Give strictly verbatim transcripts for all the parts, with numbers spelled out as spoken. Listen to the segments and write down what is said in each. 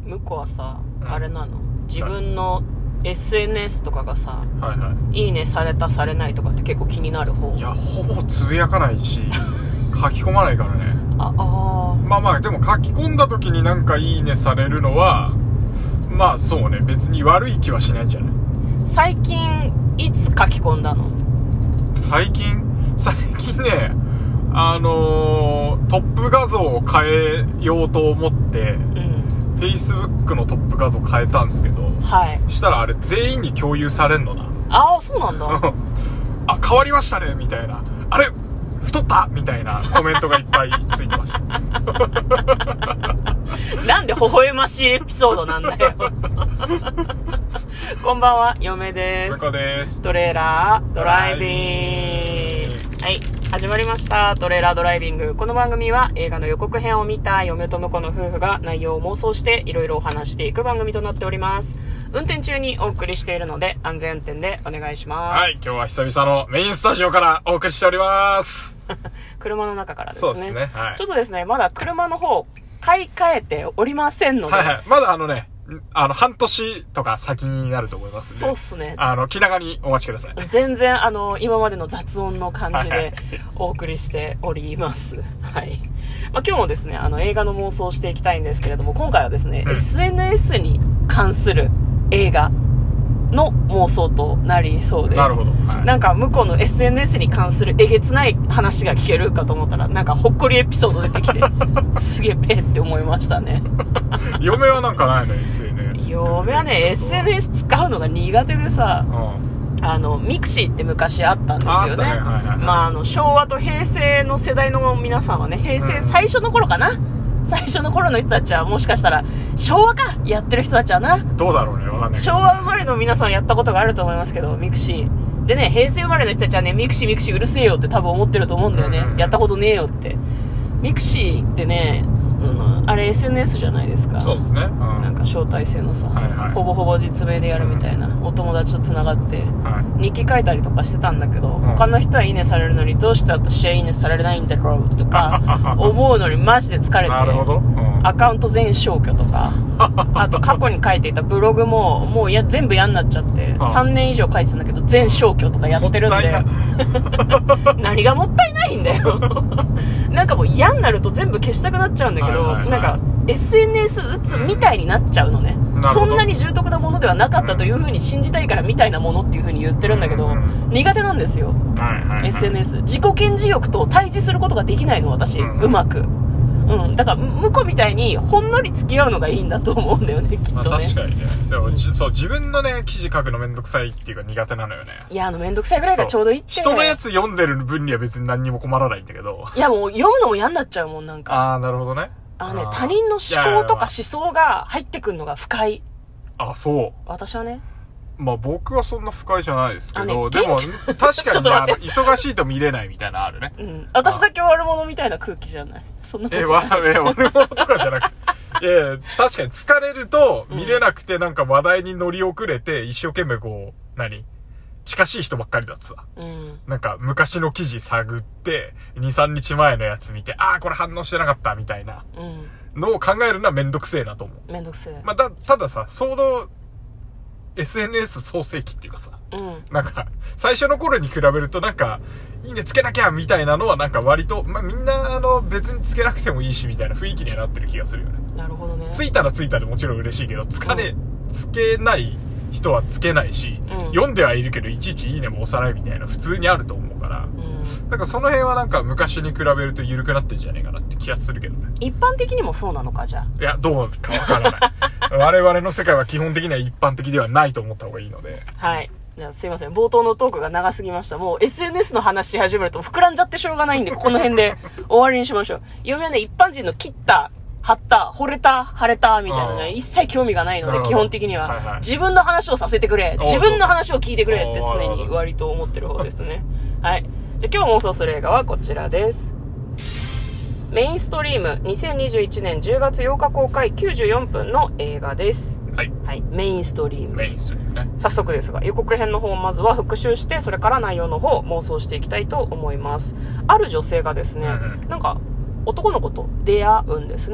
向こうはさ、 うん、 あれなの、自分の エスエヌエス とかがさ、 はいはい、 いいねされたされないとかって結構気になる方？ いや、ほぼつぶやかないし書き込まないからね。 ああまあまあ、でも書き込んだ時になんかいいねされるのは、まあそうね、別に悪い気はしないんじゃない？ 最近いつ書き込んだの？ 最近最近ね、あのー、トップ画像を変えようと思って、うん、Facebook のトップ画像変えたんですけど、はい、したらあれ全員に共有されんのな。 ああ、そうなんだあ、変わりましたねみたいな、あれ太ったみたいなコメントがいっぱいついてましたなんで微笑ましいエピソードなんだよこんばんは、嫁です。 向こうです。 トレーラードライビング。はい、始まりました。トレーラードライビング。この番組は映画の予告編を見た嫁と婿の夫婦が内容を妄想していろいろお話していく番組となっております。運転中にお送りしているので安全運転でお願いします。 はい、今日は久々のメインスタジオからお送りしております車の中からですね。 そうですね、はい、 ちょっとですね、まだ車の方買い替えておりませんので、 はいはい、まだあのね、あの半年とか先になると思いますんで、 そうっすね、 あの気長にお待ちください。 全然あの今までの雑音の感じでお送りしておりますはい、まあ、今日もですね、あの映画の妄想をしていきたいんですけれども、今回はですね、うん、エスエヌエス に関する映画の妄想となりそうです。 なるほど、はい、 なんか向こうの エスエヌエス に関するえげつない話が聞けるかと思ったら、なんかほっこりエピソード出てきてすげえペって思いましたね嫁はなんかないの エスエヌエス？ 嫁はね エスエヌエス 使うのが苦手でさ、うん、あのミクシーって昔あったんですよね。あ、ね、はいはいはい、まあ、あの昭和と平成の世代の皆さんはね、平成最初の頃かな、うん、最初の頃の人たちはもしかしたら昭和かやってる人たちはな、 どうだろうね、わかんないけど、 昭和生まれの皆さんやったことがあると思いますけど、ミクシーでね、平成生まれの人たちはね、ミクシーミクシーうるせえよって多分思ってると思うんだよね、うんうん、やったことねえよって。ミクシーってね、うん、あれ エスエヌエス じゃないですか。 そうですね、うん、 なんか招待制のさ、はいはい、ほぼほぼ実名でやるみたいな、うん、お友達とつながって、はい、日記書いたりとかしてたんだけど、うん、他の人はいいねされるのにどうして私はいいねされないんだろうとか思うのにマジで疲れて、なるほど、うん、アカウント全消去とかあと過去に書いていたブログももうや全部嫌になっちゃって、うん、さんねん以上書いてたんだけど全消去とかやってるんで何がもったいないんだよなんかもう嫌になると全部消したくなっちゃうんだけど、はいはいはい、なんか エスエヌエス 打つみたいになっちゃうのね、うん、そんなに重篤なものではなかったという風に信じたいからみたいなものっていう風に言ってるんだけど、うん、苦手なんですよ、はいはいはい、エスエヌエス 自己顕示欲と対峙することができないの私、うん、うまく、うん、だから向こうみたいにほんのり付き合うのがいいんだと思うんだよね、きっとね、まあ、 確かにね。でも、うん、そう自分のね記事書くのめんどくさいっていうか苦手なのよね。 いや、あのめんどくさいぐらいがちょうどいいって。 人のやつ読んでる分には別に何にも困らないんだけど、 いやもう読むのも嫌になっちゃうもん、なんか。 ああ、なるほどね。 あのね、他人の思考とか思想が入ってくるのが不快。 あ、そう。 私はね。 まあ僕はそんな不快じゃないですけど、ね、でも確かに、ね、あの忙しいと見れないみたいなのあるね。 うん。私だけ悪者みたいな空気じゃない。そんなことない。 え、わ、え、悪者とかじゃなくて。いやいや、確かに疲れると見れなくて、なんか話題に乗り遅れて、一生懸命こう、何近しい人ばっかりだってさ。うん。なんか昔の記事探って、に、さんにちまえのやつ見て、ああ、これ反応してなかったみたいなのを考えるのはめんどくせえなと思う。 めんどくせえ。 まあ、だ、たださ、その、エスエヌエス 創世期っていうかさ、うん、なんか最初の頃に比べるとなんかいいねつけなきゃみたいなのはなんか割と、まあ、みんなあの別につけなくてもいいしみたいな雰囲気にはなってる気がするよね。 なるほどね。 ついたらついたでもちろん嬉しいけど、つかね、うん、つけない人はつけないし、うん、読んではいるけどいちいちいいねも押さないみたいな普通にあると思うから、うん、だからその辺はなんか昔に比べると緩くなってんじゃねえかなって気がするけどね。 一般的にもそうなのか、じゃあ。 いや、どうかわからない我々の世界は基本的には一般的ではないと思った方がいいので。 はい。じゃあすいません、冒頭のトークが長すぎました。もう エスエヌエス の話し始めると膨らんじゃってしょうがないんで、ここの辺で終わりにしましょう。嫁はね、一般人の切った貼った、惚れた、腫れた、みたいなね、一切興味がないので、基本的には、はいはい。自分の話をさせてくれ。自分の話を聞いてくれって常に割と思ってる方ですね。はい。じゃあ今日妄想する映画はこちらです。メインストリームにせんにじゅういちねんじゅうがつようか公開きゅうじゅうよんぷんの映画です。はい。はい。メインストリーム。 メインストリームね。 早速ですが、予告編の方をまずは復習して、それから内容の方を妄想していきたいと思います。ある女性がですね、うんうん、なんか、男の子と出会うんですね。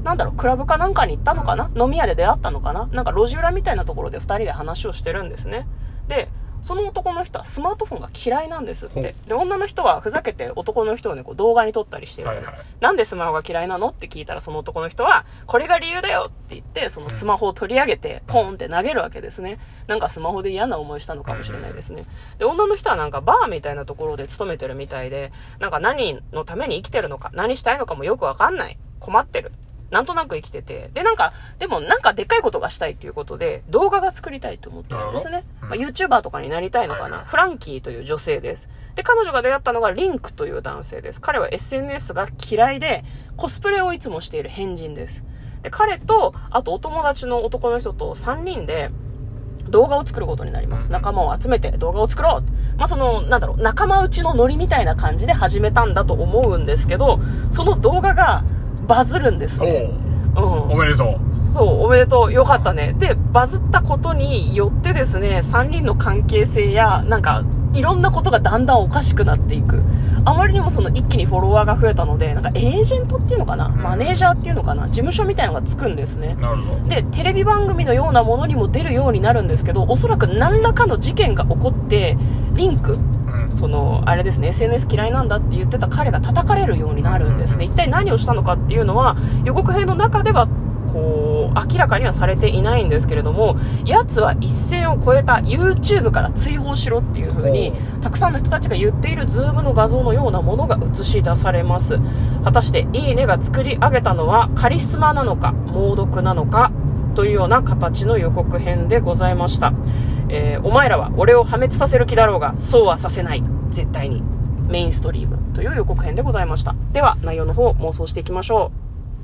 なんだろう、クラブかなんかに行ったのかな、飲み屋で出会ったのかな、なんか路地裏みたいなところで二人で話をしてるんですね。で、その男の人はスマートフォンが嫌いなんですって。で、女の人はふざけて男の人をね、こう動画に撮ったりしてる、ね。はいはい、なんでスマホが嫌いなのって聞いたら、その男の人は、これが理由だよって言って、そのスマホを取り上げて、ポンって投げるわけですね。なんかスマホで嫌な思いしたのかもしれないですね。で、女の人はなんかバーみたいなところで勤めてるみたいで、なんか何のために生きてるのか、何したいのかもよくわかんない。困ってる。なんとなく生きてて。で、なんか、でもなんかでっかいことがしたいっていうことで、動画が作りたいと思ってるんですね。うん、まあ、YouTuber とかになりたいのかな、はいはい。フランキーという女性です。で、彼女が出会ったのがリンクという男性です。彼は エスエヌエス が嫌いで、コスプレをいつもしている変人です。で、彼と、あとお友達の男の人とさんにんで、動画を作ることになります。仲間を集めて動画を作ろう。まあ、その、なんだろう、仲間内のノリみたいな感じで始めたんだと思うんですけど、その動画がバズるんですね。うん、 おめでとう。 そう、おめでとう。よかったね。で、バズったことによってですね、さんにんの関係性や、なんか、いろんなことがだんだんおかしくなっていく。あまりにもその一気にフォロワーが増えたので、なんかエージェントっていうのかな、マネージャーっていうのかな、事務所みたいなのがつくんですね。 なるほど。 で、テレビ番組のようなものにも出るようになるんですけど、おそらく何らかの事件が起こって、リンク、その、あれですね、エスエヌエス 嫌いなんだって言ってた彼が叩かれるようになるんですね。一体何をしたのかっていうのは、予告編の中では、こう、明らかにはされていないんですけれども、奴は一線を越えた YouTube から追放しろっていう風に、たくさんの人たちが言っているズームの画像のようなものが映し出されます。果たして、いいねが作り上げたのはカリスマなのか、猛毒なのか、というような形の予告編でございました。えー、お前らは俺を破滅させる気だろうが、そうはさせない。絶対に。メインストリームという予告編でございました。では、内容の方妄想していきましょう。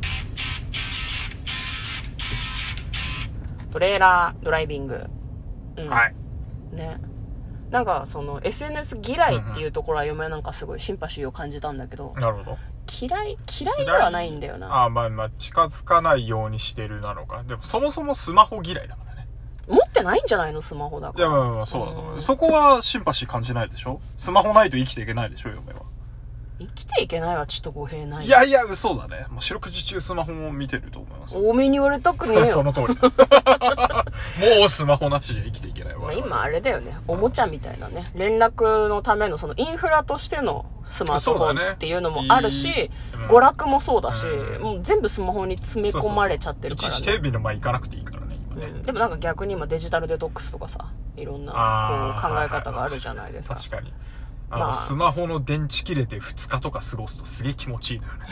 トレーラードライビング。 うん。はい。 ね。なんか、その、エスエヌエス 嫌いっていうところは嫁はなんかすごいシンパシーを感じたんだけど。 なるほど。 嫌い、嫌いではないんだよな。 ああ、まあまあ、近づかないようにしてるなのか。でも、そもそもスマホ嫌いだからね。 持ってないんじゃないのスマホだから。 いや、まあまあ、そうだと思う、うん。そこはシンパシー感じないでしょ。スマホないと生きていけないでしょ、嫁は。 生きていけないはちょっと語弊ない。 いやいや、嘘だね。もう四六時中スマホも見てると思います。 多めに言われたくねえよ。 その通り。もうスマホなしで生きていけないわ。 まあ、今あれだよね。おもちゃみたいなね。連絡のためのそのインフラとしてのスマートフォンっていうのもあるし、ねうん、娯楽もそうだし、うん、もう全部スマホに詰め込まれちゃってるからね。 いちいちテレビの前行かなくていいからね。今ねうん、でもなんか逆に今デジタルデトックスとかさ、いろんなこう考え方があるじゃないですか。 確かに。あの、まあ、スマホの電池切れてふつかとか過ごすとすげえ気持ちいいのよね。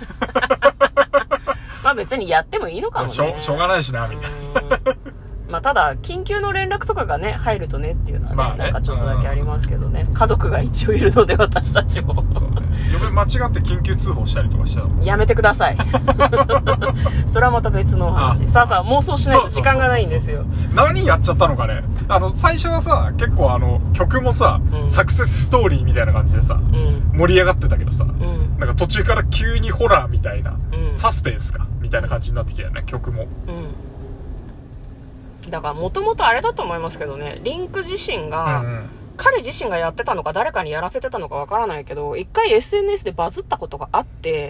まあ別にやってもいいのかもね。 しょう、しょうがないしな、みたいな。 まあただ、緊急の連絡とかがね、入るとねっていうのはね、まあねなんかちょっとだけありますけどね。家族が一応いるので私たちも。そうね。 嫁間違って緊急通報したりとかしたの。 やめてください。それはまた別のお話。さあさあ妄想しないと時間がないんですよ。 何やっちゃったのかね。あの、最初はさ、結構あの、曲もさ、うん、サクセスストーリーみたいな感じでさ、うん、盛り上がってたけどさ、うん、なんか途中から急にホラーみたいな、うん、サスペンスか、みたいな感じになってきたよね、曲も。うんだからもともとあれだと思いますけどね、リンク自身が、うんうん、彼自身がやってたのか誰かにやらせてたのかわからないけど、一回 エスエヌエス でバズったことがあって。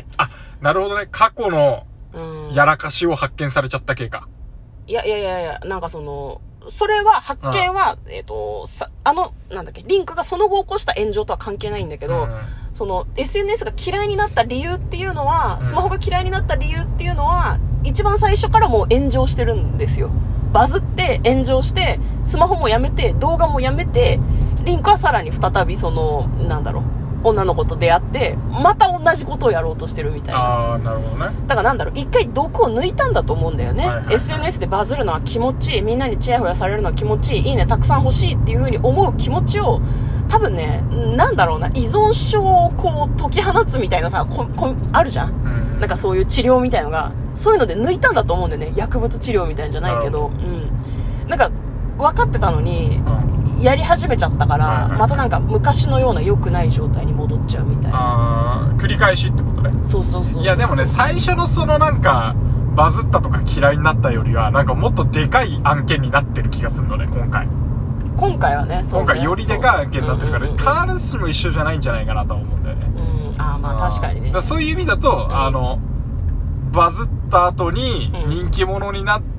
あ、なるほどね。過去の、やらかしを発見されちゃった系か。 いやいやいやいや、なんかその、それは、発見は、うん、えっと、さ、あの、なんだっけ、リンクがその後起こした炎上とは関係ないんだけど、うん、その、エスエヌエス が嫌いになった理由っていうのは、うん、スマホが嫌いになった理由っていうのは、一番最初からもう炎上してるんですよ。バズって炎上して、スマホもやめて、動画もやめて、リンクはさらに再びその、なんだろう、女の子と出会って、また同じことをやろうとしてるみたいな。 ああ、なるほどね。 だからなんだろう、一回毒を抜いたんだと思うんだよね。はいはいはい、エスエヌエス でバズるのは気持ちいい、みんなにチヤホヤされるのは気持ちいい、いいねたくさん欲しいっていう風に思う気持ちを、多分ね、なんだろうな、依存症をこう解き放つみたいなさ、ここあるじゃん、うん、なんかそういう治療みたいのが、そういうので抜いたんだと思うんだよね。薬物治療みたいんじゃないけど、うん。なんか、分かってたのに、やり始めちゃったから、またなんか昔のような良くない状態に戻っちゃうみたいな。 あー、繰り返しってことね。 そうそうそうそう。 いやでもね、最初のそのなんか、バズったとか嫌いになったよりは、なんかもっとでかい案件になってる気がするのね、今回。 今回はね、そうね。 今回よりでかい案件になってるから、必ずしも一緒じゃないんじゃないかなと思うんだよね。 うん、あーまあ確かにね。 だそういう意味だと、うん、あの、バズって、 った後に人気者になって、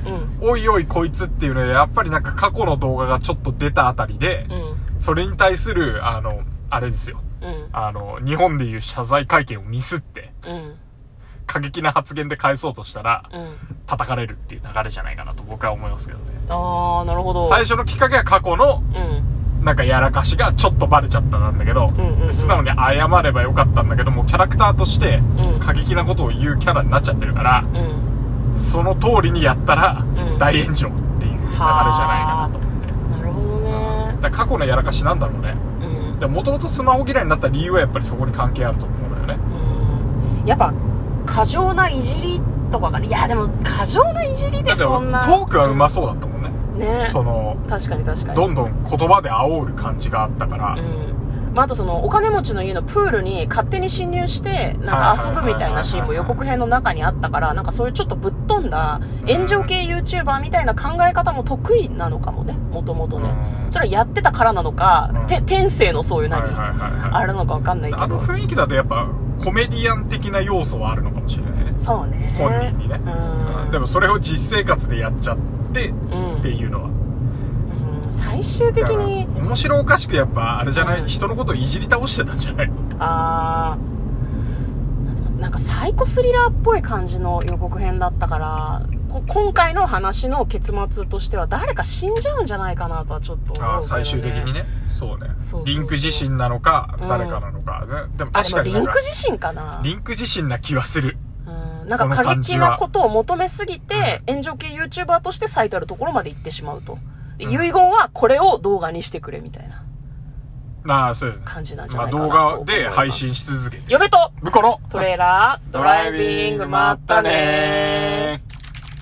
うん、おいおいこいつっていうので、やっぱりなんか過去の動画がちょっと出たあたりで、うん、それに対する、あの、あれですよ。うん、あの、日本でいう謝罪会見をミスって、うん、過激な発言で返そうとしたら、うん、叩かれるっていう流れじゃないかなと僕は思いますけどね。 あー、なるほど。 最初のきっかけは過去の、うん、なんかやらかしがちょっとバレちゃったなんだけど、うんうんうん、素直に謝ればよかったんだけども、キャラクターとして過激なことを言うキャラになっちゃってるから、うん、その通りにやったら大炎上っていう流れじゃないかなと思って。 なるほどね。 だから過去のやらかしなんだろうね。もともとスマホ嫌いになった理由はやっぱりそこに関係あると思うんだよね。 うん。やっぱ過剰ないじりとかが、いやでも過剰ないじりでそんな。 トークはうまそうだったもんね。 ね。 その、 確かに確かに。 どんどん言葉で煽る感じがあったから。うん。 まあ、あとそのお金持ちの家のプールに勝手に侵入してなんか遊ぶみたいなシーンも予告編の中にあったから、なんかそういうちょっとぶっ飛んだ炎上系 YouTuber みたいな考え方も得意なのかもね、もともとね。それはやってたからなのか、て天性のそういう何、あれなのかわかんないけど、 あの雰囲気だとやっぱコメディアン的な要素はあるのかもしれないね。 そうね、 本人にね。うん、でもそれを実生活でやっちゃってっていうのは、 最終的に面白おかしくやっぱあれじゃない、うん、人のことをいじり倒してたんじゃないの。 あー、なんかサイコスリラーっぽい感じの予告編だったから、こ今回の話の結末としては誰か死んじゃうんじゃないかなとはちょっと思うけどね。あ、最終的にね。そうね。そうそうそう、リンク自身なのか、うん、誰かなのか、ね、でも確かにリンク自身かな。 リンク自身な気はする。 うん、なんか過激なことを求めすぎて、うん、炎上系 YouTuber として最たるところまで行ってしまうと。遺言はこれを動画にしてくれみたいな、ああ、そう感じなんじゃないかなと思います。 まあ、動画で配信し続けて。 嫁と向こうのトレーラードライビング、まったねー。